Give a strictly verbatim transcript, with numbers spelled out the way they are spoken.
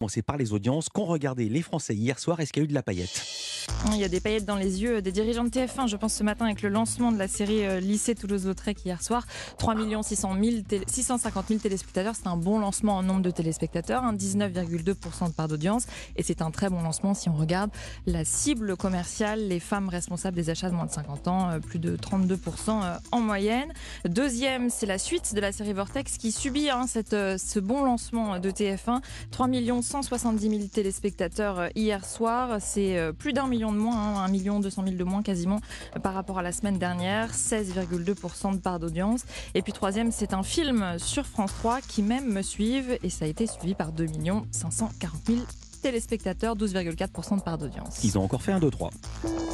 Commencer par les audiences qu'ont regardé les Français hier soir. Est-ce qu'il y a eu de la paillette? Il y a des paillettes dans les yeux des dirigeants de T F un, je pense ce matin avec le lancement de la série euh, Lycée Toulouse-Lautrec hier soir. trois millions six cent mille télé- six cent cinquante mille téléspectateurs, c'est un bon lancement en nombre de téléspectateurs, hein, dix-neuf virgule deux pour cent de part d'audience. Et c'est un très bon lancement si on regarde la cible commerciale, les femmes responsables des achats de moins de cinquante ans, euh, plus de trente-deux pour cent euh, en moyenne. Deuxième, c'est la suite de la série Vortex qui subit hein, cette, euh, ce bon lancement de T F un. trois millions cent soixante-dix mille téléspectateurs euh, hier soir, c'est euh, plus d'un million de moins, hein, un million deux cent mille de moins quasiment euh, par rapport à la semaine dernière, seize virgule deux pour cent de part d'audience. Et puis troisième, c'est un film sur France trois qui même me suivent et ça a été suivi par deux millions cinq cent quarante mille téléspectateurs, douze virgule quatre pour cent de part d'audience. Ils ont encore fait un deux trois.